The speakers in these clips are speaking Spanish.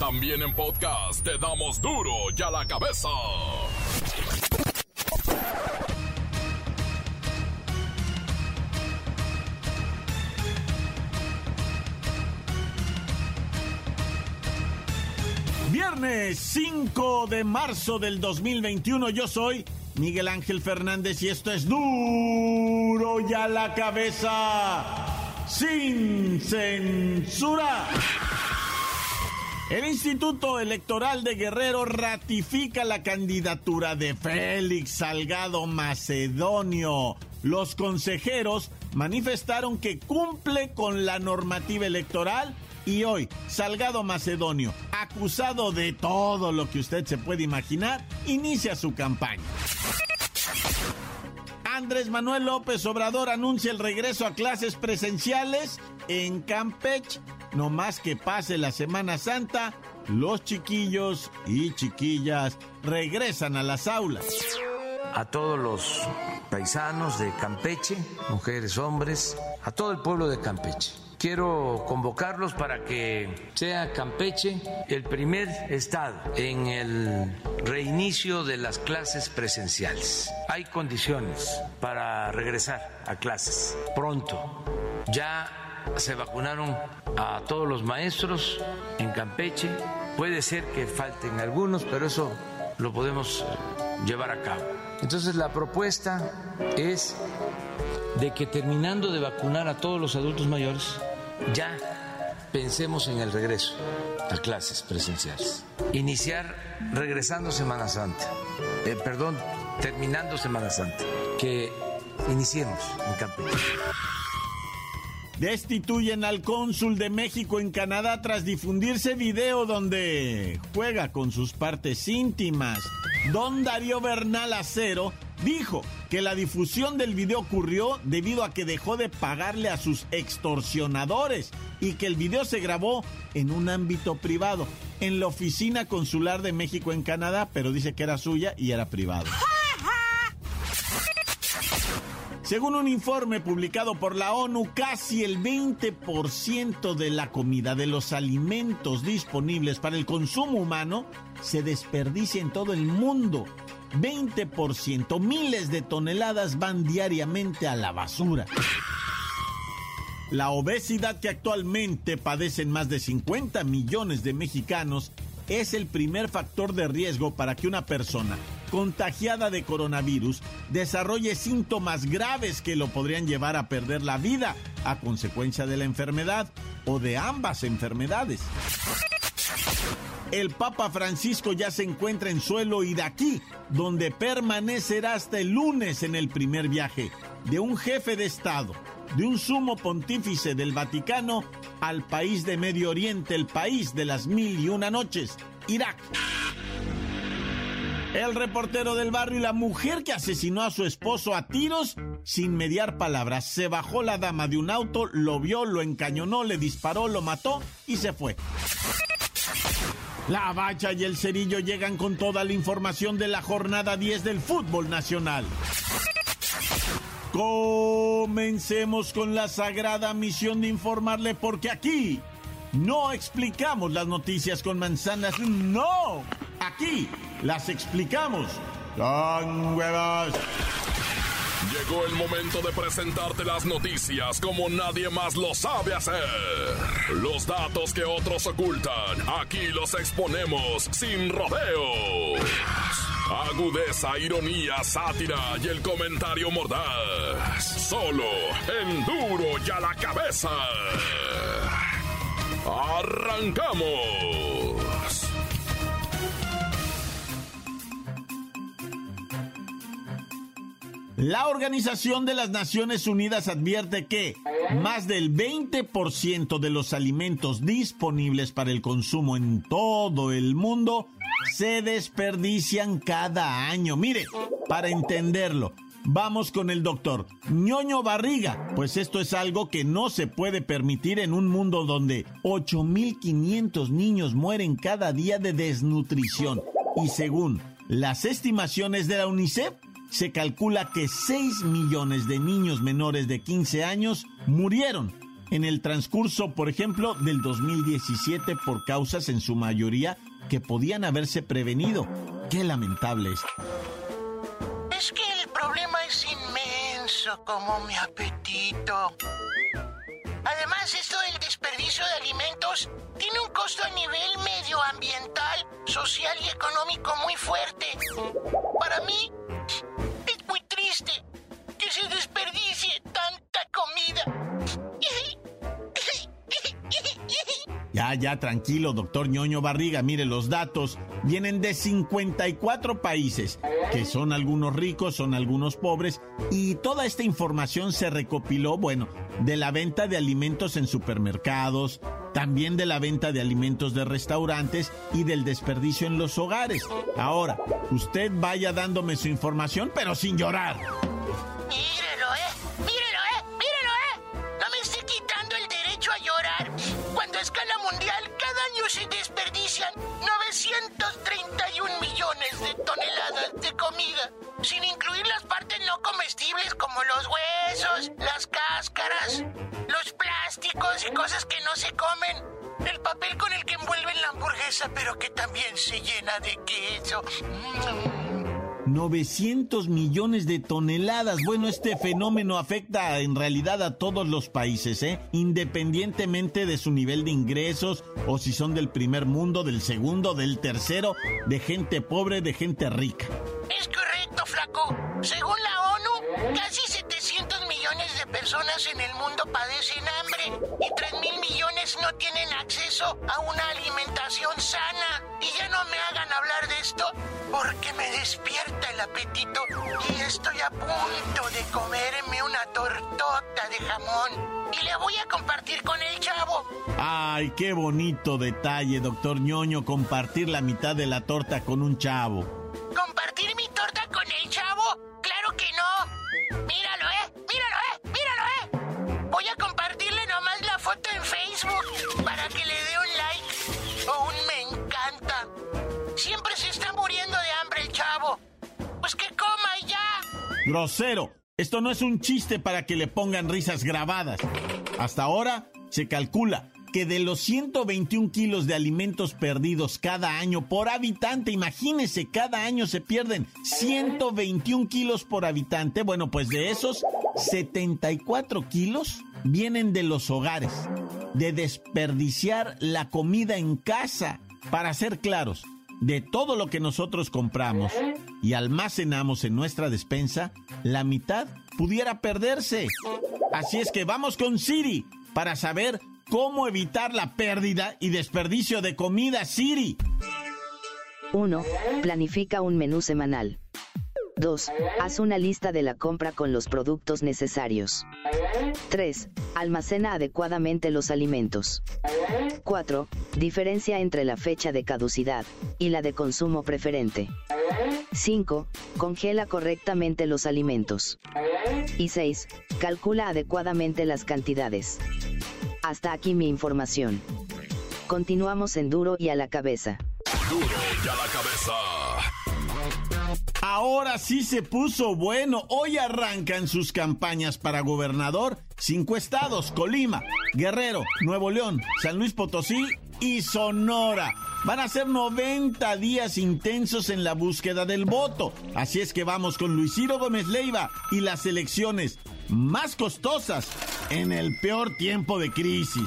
También en podcast te damos duro y a la cabeza. Viernes 5 de marzo del 2021, yo soy Miguel Ángel Fernández y esto es Duro y a la Cabeza, sin censura. El Instituto Electoral de Guerrero ratifica la candidatura de Félix Salgado Macedonio. Los consejeros manifestaron que cumple con la normativa electoral y hoy Salgado Macedonio, acusado de todo lo que usted se puede imaginar, inicia su campaña. Andrés Manuel López Obrador anuncia el regreso a clases presenciales en Campeche. No más que pase la Semana Santa, los chiquillos y chiquillas regresan a las aulas. A todos los paisanos de Campeche, mujeres, hombres, a todo el pueblo de Campeche. Quiero convocarlos para que sea Campeche el primer estado en el reinicio de las clases presenciales. Hay condiciones para regresar a clases pronto. Ya se vacunaron a todos los maestros en Campeche. Puede ser que falten algunos, pero eso lo podemos llevar a cabo. Entonces la propuesta es de que terminando de vacunar a todos los adultos mayores, ya pensemos en el regreso a clases presenciales. Iniciar regresando Semana Santa. Terminando Semana Santa. Que iniciemos en Campeche. Destituyen al cónsul de México en Canadá tras difundirse video donde juega con sus partes íntimas. Don Darío Bernal Acero dijo que la difusión del video ocurrió debido a que dejó de pagarle a sus extorsionadores y que el video se grabó en un ámbito privado, en la oficina consular de México en Canadá, pero dice que era suya y era privado. Según un informe publicado por la ONU, casi el 20% de la comida, de los alimentos disponibles para el consumo humano, se desperdicia en todo el mundo. 20%, miles de toneladas van diariamente a la basura. La obesidad que actualmente padecen más de 50 millones de mexicanos es el primer factor de riesgo para que una persona contagiada de coronavirus desarrolle síntomas graves que lo podrían llevar a perder la vida a consecuencia de la enfermedad o de ambas enfermedades. El Papa Francisco ya se encuentra en suelo iraquí, donde permanecerá hasta el lunes en el primer viaje de un jefe de Estado, de un sumo pontífice del Vaticano al país de Medio Oriente, el país de las 1001 noches, Irak. El reportero del barrio y la mujer que asesinó a su esposo a tiros sin mediar palabras. Se bajó la dama de un auto, lo vio, lo encañonó, le disparó, lo mató y se fue. La Bacha y el Cerillo llegan con toda la información de la jornada 10 del fútbol nacional. Comencemos con la sagrada misión de informarle, porque aquí no explicamos las noticias con manzanas, no. Aquí las explicamos con huevos. Llegó el momento de presentarte las noticias como nadie más lo sabe hacer. Los datos que otros ocultan, aquí los exponemos sin rodeos. Agudeza, ironía, sátira y el comentario mordaz. Solo en Duro y a la Cabeza. ¡Arrancamos! La Organización de las Naciones Unidas advierte que más del 20% de los alimentos disponibles para el consumo en todo el mundo se desperdician cada año. Mire, para entenderlo, vamos con el doctor Ñoño Barriga, pues esto es algo que no se puede permitir en un mundo donde 8,500 niños mueren cada día de desnutrición. Y según las estimaciones de la UNICEF, se calcula que 6 millones de niños menores de 15 años murieron en el transcurso, por ejemplo, del 2017 por causas en su mayoría que podían haberse prevenido. ¡Qué lamentable es! Es que el problema es inmenso como mi apetito. Además, esto del desperdicio de alimentos tiene un costo a nivel medioambiental, social y económico muy fuerte. Para mí, es muy triste que se desperdicie tanta comida. Ya, tranquilo, doctor Ñoño Barriga. Mire, los datos vienen de 54 países, que son algunos ricos, son algunos pobres, y toda esta información se recopiló, de la venta de alimentos en supermercados, también de la venta de alimentos de restaurantes y del desperdicio en los hogares. Ahora, usted vaya dándome su información, pero sin llorar. No me esté quitando el derecho a llorar. Cuando a escala mundial cada año se desperdician 931 millones de toneladas de comida, sin incluir las partes no comestibles como los huesos, las cáscaras, los plásticos y cosas que no se comen, el papel con el que envuelven la hamburguesa pero que también se llena de queso. 900 millones de toneladas. Este fenómeno afecta en realidad a todos los países, independientemente de su nivel de ingresos o si son del primer mundo, del segundo, del tercero, de gente pobre, de gente rica. Es correcto, flaco. Según la ONU, casi 700 millones de personas en el mundo padecen hambre y 3.000 millones no tienen acceso a una alimentación sana. Y ya no me hagan hablar de esto porque me despierta el apetito y estoy a punto de comerme una tortota de jamón y le voy a compartir con el chavo. Ay, qué bonito detalle, doctor Ñoño, compartir la mitad de la torta con un chavo. ¿Compartir mi torta con el chavo? ¡Claro que no! ¡Míralo, míralo! Voy a compartirle nomás la foto en Facebook para que le dé un like o un me encanta. Siempre se está muriendo de hambre el chavo. Pues que coma y ya. Grosero, esto no es un chiste para que le pongan risas grabadas. Hasta ahora se calcula que de los 121 kilos de alimentos perdidos cada año por habitante, imagínense, cada año se pierden 121 kilos por habitante. Pues de esos, 74 kilos vienen de los hogares, de desperdiciar la comida en casa. Para ser claros, de todo lo que nosotros compramos y almacenamos en nuestra despensa, la mitad pudiera perderse. Así es que vamos con Siri para saber cómo evitar la pérdida y desperdicio de comida. Siri. 1. Planifica un menú semanal. 2. Haz una lista de la compra con los productos necesarios. 3. Almacena adecuadamente los alimentos. 4. Diferencia entre la fecha de caducidad y la de consumo preferente. 5. Congela correctamente los alimentos. Y 6. Calcula adecuadamente las cantidades. Hasta aquí mi información. Continuamos en Duro y a la Cabeza. Duro y a la Cabeza. Ahora sí se puso bueno. Hoy arrancan sus campañas para gobernador 5 estados: Colima, Guerrero, Nuevo León, San Luis Potosí y Sonora. Van a ser 90 días intensos en la búsqueda del voto. Así es que vamos con Luis Ciro Gómez Leiva y las elecciones más costosas en el peor tiempo de crisis.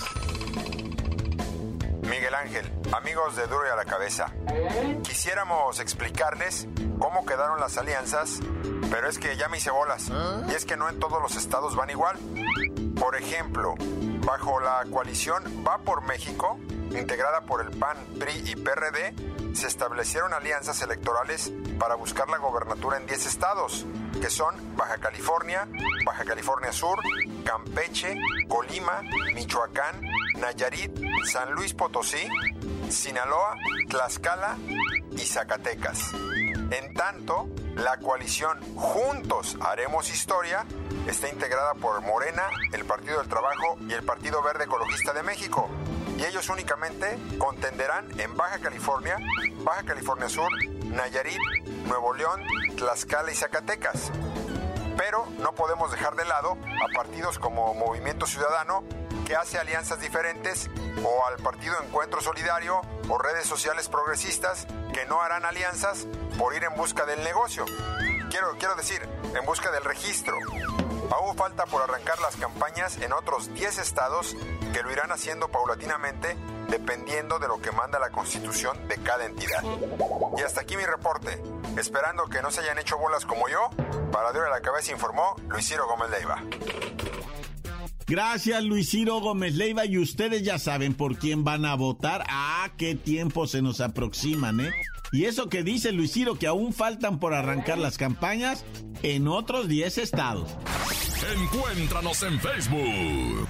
Miguel Ángel, amigos de Duro y a la Cabeza, quisiéramos explicarles cómo quedaron las alianzas, pero es que ya me hice bolas, y es que no en todos los estados van igual. Por ejemplo, bajo la coalición Va por México, integrada por el PAN, PRI y PRD, se establecieron alianzas electorales para buscar la gobernatura en 10 estados, que son Baja California Sur, Campeche, Colima, Michoacán, Nayarit, San Luis Potosí, Sinaloa, Tlaxcala y Zacatecas. En tanto, la coalición Juntos Haremos Historia está integrada por Morena, el Partido del Trabajo y el Partido Verde Ecologista de México. Y ellos únicamente contenderán en Baja California Sur, Nayarit, Nuevo León, Tlaxcala y Zacatecas. Pero no podemos dejar de lado a partidos como Movimiento Ciudadano que hace alianzas diferentes, o al Partido Encuentro Solidario o redes sociales progresistas que no harán alianzas por ir en busca del negocio. Quiero decir, en busca del registro. Aún falta por arrancar las campañas en otros 10 estados que lo irán haciendo paulatinamente dependiendo de lo que manda la Constitución de cada entidad. Y hasta aquí mi reporte. Esperando que no se hayan hecho bolas como yo, para Duro a la Cabeza informó Luis Ciro Gómez Leiva. Gracias, Luis Ciro Gómez Leiva, y ustedes ya saben por quién van a votar. Qué tiempo se nos aproximan, ¿eh? Y eso que dice Luis Ciro, que aún faltan por arrancar las campañas en otros 10 estados. Encuéntranos en Facebook,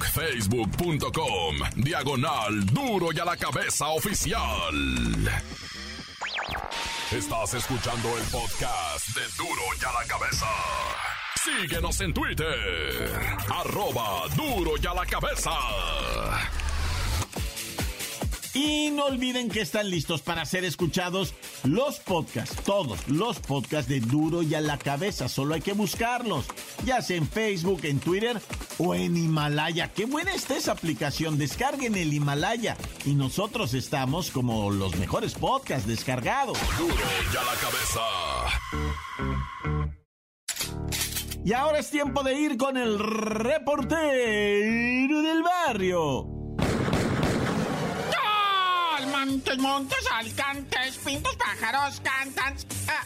facebook.com/Duro y a la Cabeza Oficial. Estás escuchando el podcast de Duro y a la Cabeza. Síguenos en Twitter, @Duro y a la Cabeza. Y no olviden que están listos para ser escuchados los podcasts, todos los podcasts de Duro y a la Cabeza. Solo hay que buscarlos, ya sea en Facebook, en Twitter o en Himalaya. ¡Qué buena está esa aplicación! Descarguen el Himalaya y nosotros estamos como los mejores podcasts descargados. Duro y a la Cabeza. Y ahora es tiempo de ir con el reportero del barrio. Montes, alicantes, pintos, pájaros, cantan.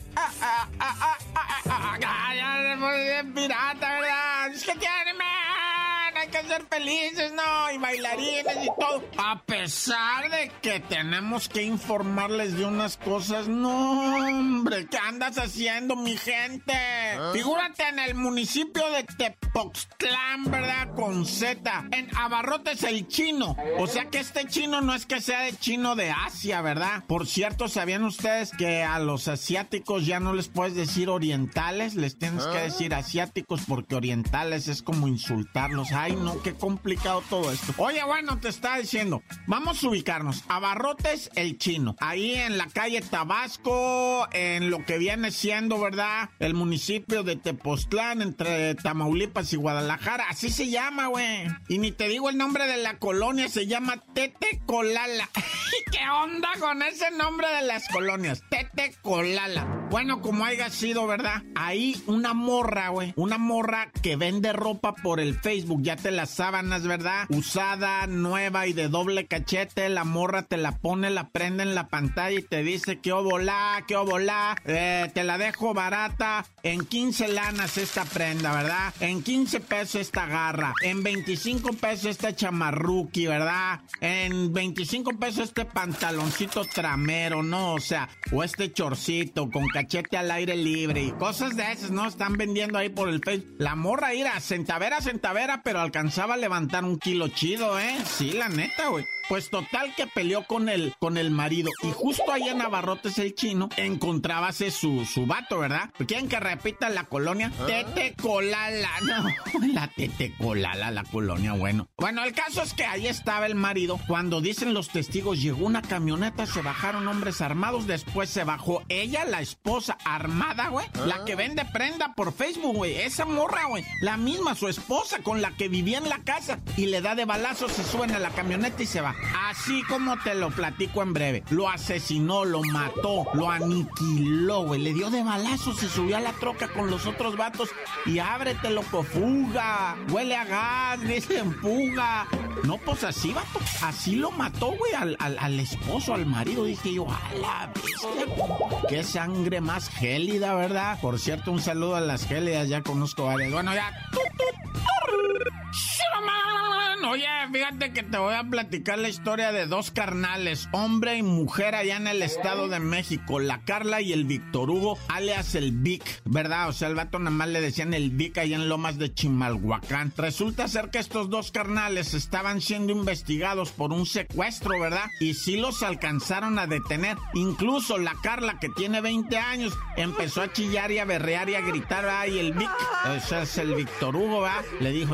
Pirata, ¿verdad? Es que tienen, hay que ser felices, ¿no? Y bailarines y todo. A pesar de que tenemos que informarles de unas cosas, no, hombre, ¿qué andas haciendo, mi gente? Figúrate en el municipio de Tepoztlán, ¿verdad? Con Z. En Abarrotes el Chino. O sea que este chino no es que sea de chino de Asia, ¿verdad? Por cierto, ¿sabían ustedes que a los asiáticos ya no les puedes decir orientales? Les tienes que decir asiáticos porque orientales es como insultarlos. Ay, no, qué complicado todo esto. Oye, bueno, te estaba diciendo, vamos a ubicarnos. Abarrotes el Chino. Ahí en la calle Tabasco, en lo que viene siendo, ¿verdad? El municipio de Tepoztlán, entre Tamaulipas y Guadalajara. Así se llama, güey. Y ni te digo el nombre de la colonia, se llama Tetecolala. ¿Qué onda con ese nombre de las colonias? Tetecolala. Bueno, como haya sido, ¿verdad? Ahí una morra, güey. Una morra que vende ropa por el Facebook. Ya te las sábanas, ¿verdad? Usada, nueva y de doble cachete. La morra te la pone, la prende en la pantalla y te dice que obolá, te la dejo barata. En 15 lanas esta prenda, ¿verdad? En 15 pesos esta garra. En 25 pesos esta chamarruqui, ¿verdad? En 25 pesos este pantaloncito tramero, ¿no? O sea, o este chorcito con cachete al aire libre y cosas de esas, ¿no? Están vendiendo ahí por el Facebook. La morra era centavera, pero alcanzaba a levantar un kilo chido, ¿eh? Sí, la neta, güey. Pues total que peleó con el marido. Y justo ahí en Abarrotes el Chino encontrábase su vato, ¿verdad? ¿Quieren que repita la colonia? Tetecolala. No, la Tetecolala, la colonia, bueno. Bueno, el caso es que ahí estaba el marido. Cuando dicen los testigos, llegó una camioneta, se bajaron hombres armados. Después se bajó ella, la esposa armada, güey. La que vende prenda por Facebook, güey. Esa morra, güey. La misma, su esposa con la que vivía en la casa. Y le da de balazos, se suena a la camioneta y se va. Así como te lo platico en breve. Lo asesinó, lo mató, lo aniquiló, güey. Le dio de balazos, se subió a la troca con los otros vatos y ábrete, loco, fuga. Huele a gas, dicen fuga. No, pues así, vato. Así lo mató, güey, al esposo, al marido. Dije yo, a la bestia. Qué sangre más gélida, ¿verdad? Por cierto, un saludo a las gélidas, ya conozco varias. Bueno, ya. Oye, fíjate que te voy a platicar la historia de dos carnales, hombre y mujer allá en el Estado de México, la Carla y el Víctor Hugo, alias el Vic, ¿verdad? O sea, el vato nada más le decían el Vic allá en Lomas de Chimalhuacán. Resulta ser que estos dos carnales estaban siendo investigados por un secuestro, ¿verdad? Y sí los alcanzaron a detener. Incluso la Carla, que tiene 20 años, empezó a chillar y a berrear y a gritar, ¿verdad? Y el Vic, ese es el Víctor Hugo, ¿verdad? Le dijo, ya cálmate,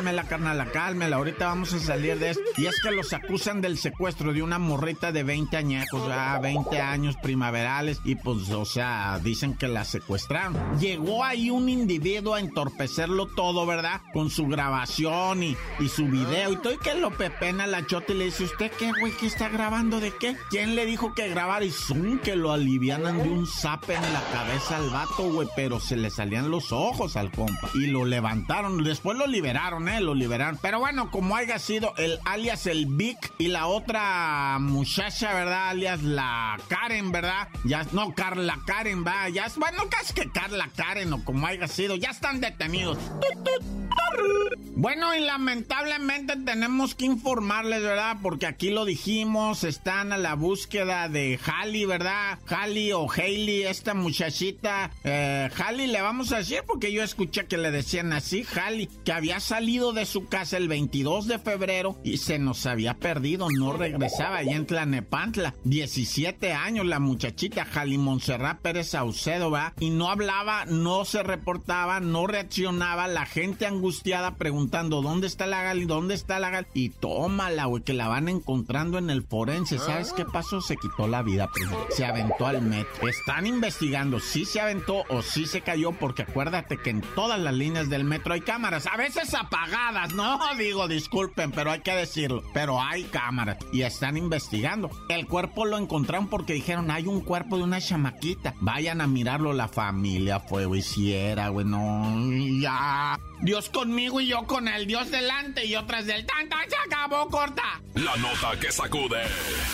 cálmela, carnala, cálmela, ahorita vamos a salir de esto. Y es que los acusan del secuestro de una morrita de 20 añejos, 20 años primaverales, y pues, o sea, dicen que la secuestraron. Llegó ahí un individuo a entorpecerlo todo, ¿verdad? Con su grabación y su video y todo, y que lo pepena la chota y le dice, ¿usted qué, güey? ¿Qué está grabando? ¿De qué? ¿Quién le dijo que grabara? Y zoom, que lo alivianan de un zape en la cabeza al vato, güey, pero se le salían los ojos al compa. Y lo levantaron, después lo liberaron, lo liberaron. Pero bueno, como haya sido, el alias el Vic y la otra muchacha, ¿verdad? Alias la Karen, ¿verdad? Ya, no, Carla Karen, va, ya, bueno, casi que Carla Karen o como haya sido, ya están detenidos. Bueno, y lamentablemente tenemos que informarles, ¿verdad? Porque aquí lo dijimos, están a la búsqueda de Hallie, ¿verdad? Hallie o Hailey, esta muchachita, Hallie le vamos a decir porque yo escuché que le decían así, Hallie, que había salido de su casa el 22 de febrero y se nos había perdido, no regresaba allá en Tlanepantla. 17 años la muchachita, Hallie Montserrat Pérez Saucedo, ¿verdad? Y no hablaba, no se reportaba, no reaccionaba, la gente angustiada preguntando, ¿dónde está la Gali? ¿Dónde está la Gali? Y tómala, güey, que la van encontrando en el forense. ¿Sabes qué pasó? Se quitó la vida, primero. Se aventó al metro. Están investigando si se aventó o si se cayó, porque acuérdate que en todas las líneas del metro hay cámaras, a veces apagadas, no digo, disculpen, pero hay que decirlo, pero hay cámaras y están investigando. El cuerpo lo encontraron porque dijeron, hay un cuerpo de una chamaquita, vayan a mirarlo. La familia fue, güey, si era, güey, no, ya. Dios conmigo y yo con él, Dios delante y yo tras del tan, se acabó, corta. La nota que sacude.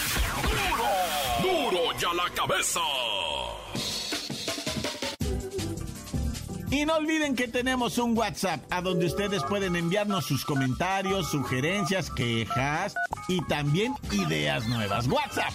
¡Duro ya la cabeza! Y no olviden que tenemos un WhatsApp a donde ustedes pueden enviarnos sus comentarios, sugerencias, quejas y también ideas nuevas. WhatsApp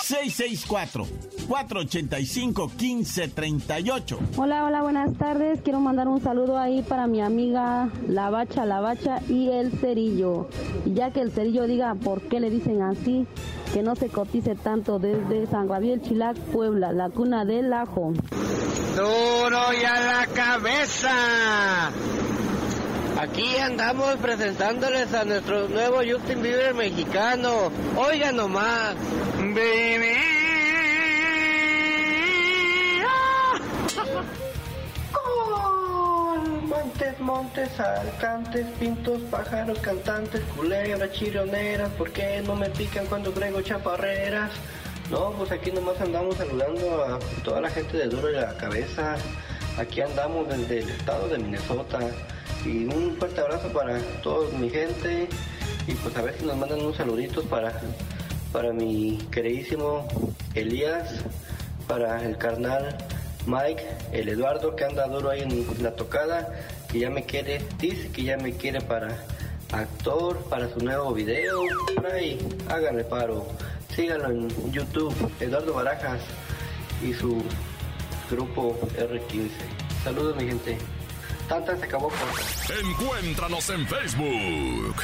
664-485-1538. Hola, buenas tardes. Quiero mandar un saludo ahí para mi amiga La Bacha y el Cerillo. Y ya que el Cerillo diga por qué le dicen así, que no se cotice tanto, desde San Gabriel, Chilac, Puebla, la cuna del ajo. ¡Duro y a la cabeza! Aquí andamos presentándoles a nuestro nuevo Justin Bieber mexicano. Oigan nomás. Baby. Montes, alcantes, pintos, pájaros, cantantes, culebras, chirioneras, ¿por qué no me pican cuando traigo chaparreras? No, pues aquí nomás andamos saludando a toda la gente de Duro y a la Cabeza. Aquí andamos desde el estado de Minnesota. Y un fuerte abrazo para toda mi gente. Y pues a ver si nos mandan unos saluditos para mi queridísimo Elías, para el carnal Mike, el Eduardo, que anda duro ahí en la tocada, que ya me quiere, dice que ya me quiere para actor, para su nuevo video. Por ahí, háganle paro. Síganlo en YouTube, Eduardo Barajas y su grupo R15. Saludos, mi gente. Tanta se acabó por... Encuéntranos en Facebook,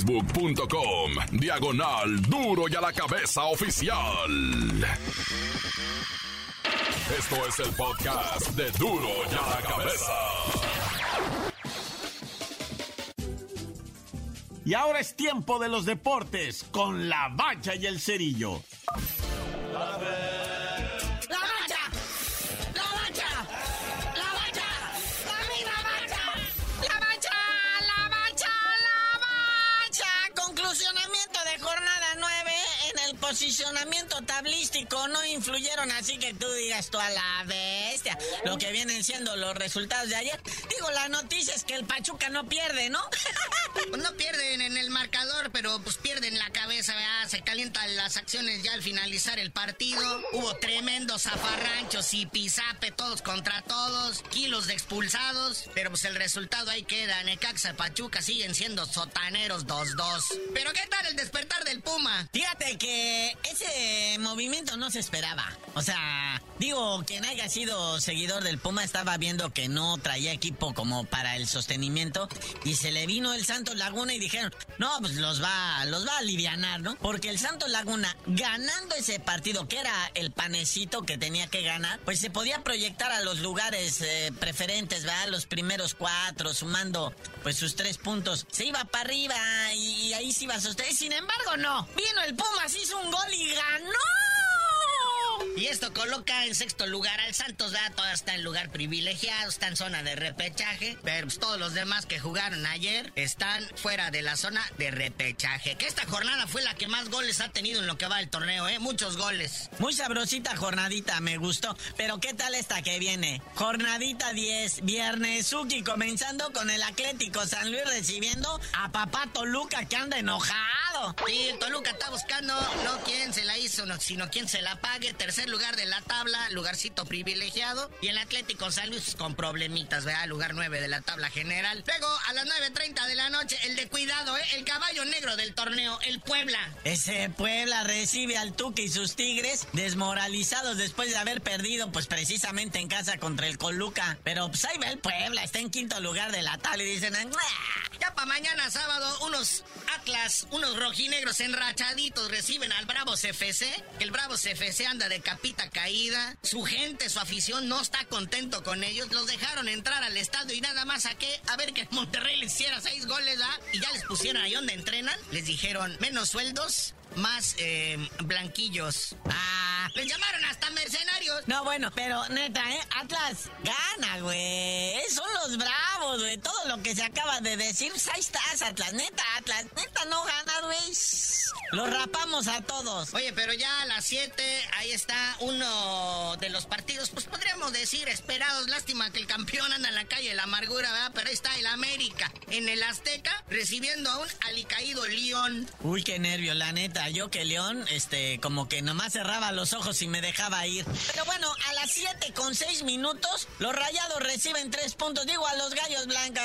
facebook.com/Duro y a la Cabeza Oficial. Esto es el podcast de Duro y a la Cabeza. Y ahora es tiempo de los deportes con La Bacha y el Cerillo. Posicionamiento tablístico no influyeron, así que tú digas tú a la bestia lo que vienen siendo los resultados de ayer. Digo, la noticia es que el Pachuca no pierde, ¿no? Pues no pierden en el marcador, pero pues pierden la cabeza, ¿verdad? Se calientan las acciones ya al finalizar el partido. Hubo tremendos zafarranchos y pisape, todos contra todos, kilos de expulsados, pero pues el resultado ahí queda. Necaxa, Pachuca siguen siendo sotaneros 2-2. Pero ¿qué tal el despertar del Puma? Fíjate que ese movimiento no se esperaba. O sea, digo, quien haya sido seguidor del Puma estaba viendo que no traía equipo como para el sostenimiento y se le vino el santo Santos Laguna y dijeron, no, pues los va a alivianar, ¿no? Porque el Santos Laguna, ganando ese partido, que era el panecito que tenía que ganar, pues se podía proyectar a los lugares preferentes, ¿verdad? Los primeros 4, sumando pues sus 3 puntos. Se iba para arriba y ahí se iba a sostener. Sin embargo, no. Vino el Pumas, hizo un gol y ganó. Y esto coloca en sexto lugar al Santos, ¿verdad? Todavía está en lugar privilegiado, está en zona de repechaje, pero pues todos los demás que jugaron ayer están fuera de la zona de repechaje. Que esta jornada fue la que más goles ha tenido en lo que va del torneo, muchos goles. Muy sabrosita jornadita, me gustó. Pero ¿qué tal esta que viene? Jornadita 10, Viernesuki, comenzando con el Atlético San Luis recibiendo a papá Toluca, que anda enojado. Sí, el Toluca está buscando no quién se la hizo, sino quién se la pague. Tercer lugar de la tabla, lugarcito privilegiado. Y el Atlético San Luis con problemitas, ¿verdad? Lugar 9 de la tabla general. Luego, a las 9:30 de la noche, el de cuidado, el caballo negro del torneo, el Puebla. Ese Puebla recibe al Tuca y sus Tigres, desmoralizados después de haber perdido, pues precisamente en casa contra el Coluca. Pero pues ahí va el Puebla, está en quinto lugar de la tabla y dicen, ya para mañana sábado, unos Atlas, unos rojinegros enrachaditos reciben al Bravos FC. El Bravos FC anda de capita caída. Su gente, su afición no está contento con ellos. Los dejaron entrar al estadio y nada más a ver que Monterrey les hiciera 6 goles, ¿ah? Y ya les pusieron ahí donde entrenan. Les dijeron menos sueldos, más blanquillos. Les llamaron hasta mercenarios. No, bueno, pero neta, Atlas gana, güey. Son los Bravos, güey. Todo lo que se acaba de decir, pues ahí estás, Atlas, neta no gana, güey. Los rapamos a todos. Oye, pero ya a las 7, ahí está uno de los partidos, pues podríamos decir esperados. Lástima que el campeón anda en la calle de la amargura, ¿verdad? Pero ahí está el América, en el Azteca, recibiendo a un alicaído León. Uy, qué nervio, la neta. Yo que León, como que nomás cerraba los ojos y me dejaba ir. Pero bueno, a las 7:06, los Rayados reciben 3 puntos. Digo, a los Gallos Blancos.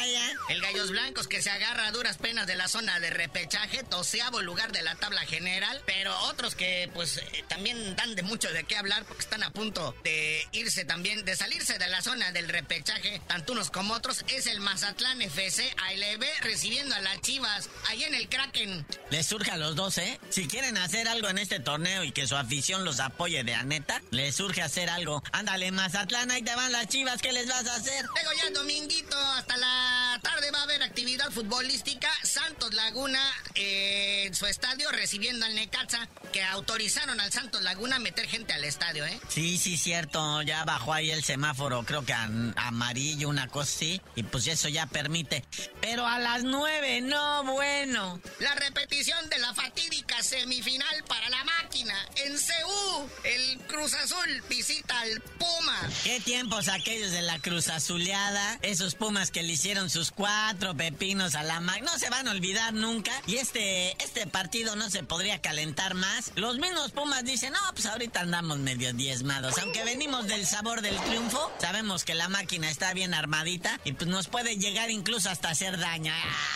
El Gallos Blancos que se agarra a duras penas de la zona de repechaje, 12º lugar de la tabla general. Pero otros que, pues, también dan de mucho de qué hablar porque están a punto de irse también, de salirse de la zona del repechaje, tanto unos como otros, es el Mazatlán FC ALB recibiendo a las Chivas, ahí en el Kraken. Les surge a los dos, Si quieren hacer algo en este torneo y que su afición los apoye de a neta, les surge hacer algo. Ándale, Mazatlán, ahí te van las Chivas, ¿qué les vas a hacer? Luego ya dominguito, hasta la tarde va a haber actividad futbolística. Santos Laguna en su estadio recibiendo al Necaxa, que autorizaron al Santos Laguna a meter gente al estadio, Sí, cierto, ya bajó ahí el semáforo, creo que amarillo, una cosa así, y pues eso ya permite. Pero a las 9, no, bueno. La repetición de la fatídica semifinal para la máquina en CU. El Cruz Azul visita al Puma. Qué tiempos aquellos de la Cruz Azuleada. Esos Pumas que le hicieron sus 4 pepinos a la máquina. No se van a olvidar nunca. Y este partido no se podría calentar más. Los mismos Pumas dicen, no, pues ahorita andamos medio diezmados. Aunque venimos del sabor del triunfo, sabemos que la máquina está bien armadita y pues nos puede llegar incluso hasta hacer daño.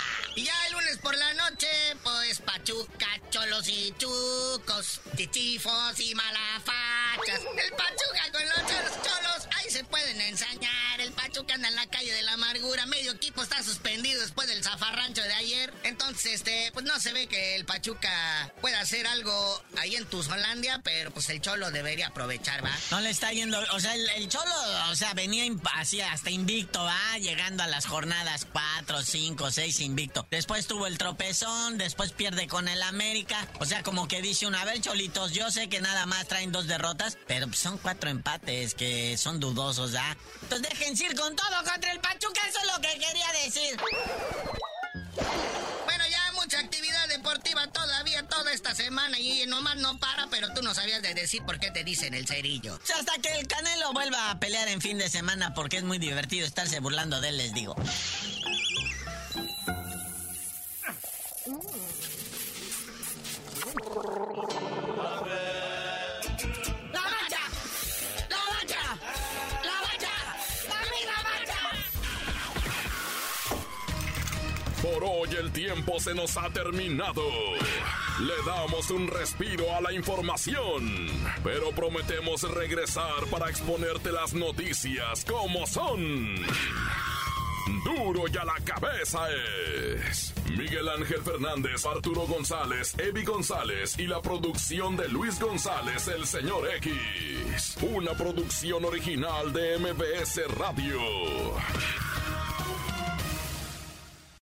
Y ya el lunes por la noche, pues Pachuca, Cholos y Chucos, Chichifos y Malafachas. El Pachuca con los Cholos, ahí se pueden ensañar. El Pachuca anda en la calle de la amargura. Medio equipo está suspendido después del zafarrancho de ayer. Entonces, pues no se ve que el Pachuca pueda hacer algo ahí en Tuzolandia, pero pues el Cholo debería aprovechar, ¿va? No le está yendo, o sea, el Cholo, o sea, venía así hasta invicto, ¿va? Llegando a las jornadas 4, 5, 6 invicto. Después tuvo el tropezón, después pierde con el América. O sea, como que dice a ver, Cholitos, yo sé que nada más traen 2 derrotas, pero pues son 4 empates que son dudosos, ¿ah? Entonces déjense ir con todo contra el Pachuca, eso es lo que quería decir. Bueno, ya mucha actividad deportiva todavía toda esta semana y nomás no para, pero tú no sabías de decir por qué te dicen el Cerillo. O sea, hasta que el Canelo vuelva a pelear en fin de semana porque es muy divertido estarse burlando de él, les digo. Por hoy el tiempo se nos ha terminado. Le damos un respiro a la información, pero prometemos regresar para exponerte las noticias como son. Duro y a la cabeza es Miguel Ángel Fernández, Arturo González, Evi González y la producción de Luis González, el señor X. Una producción original de MBS Radio.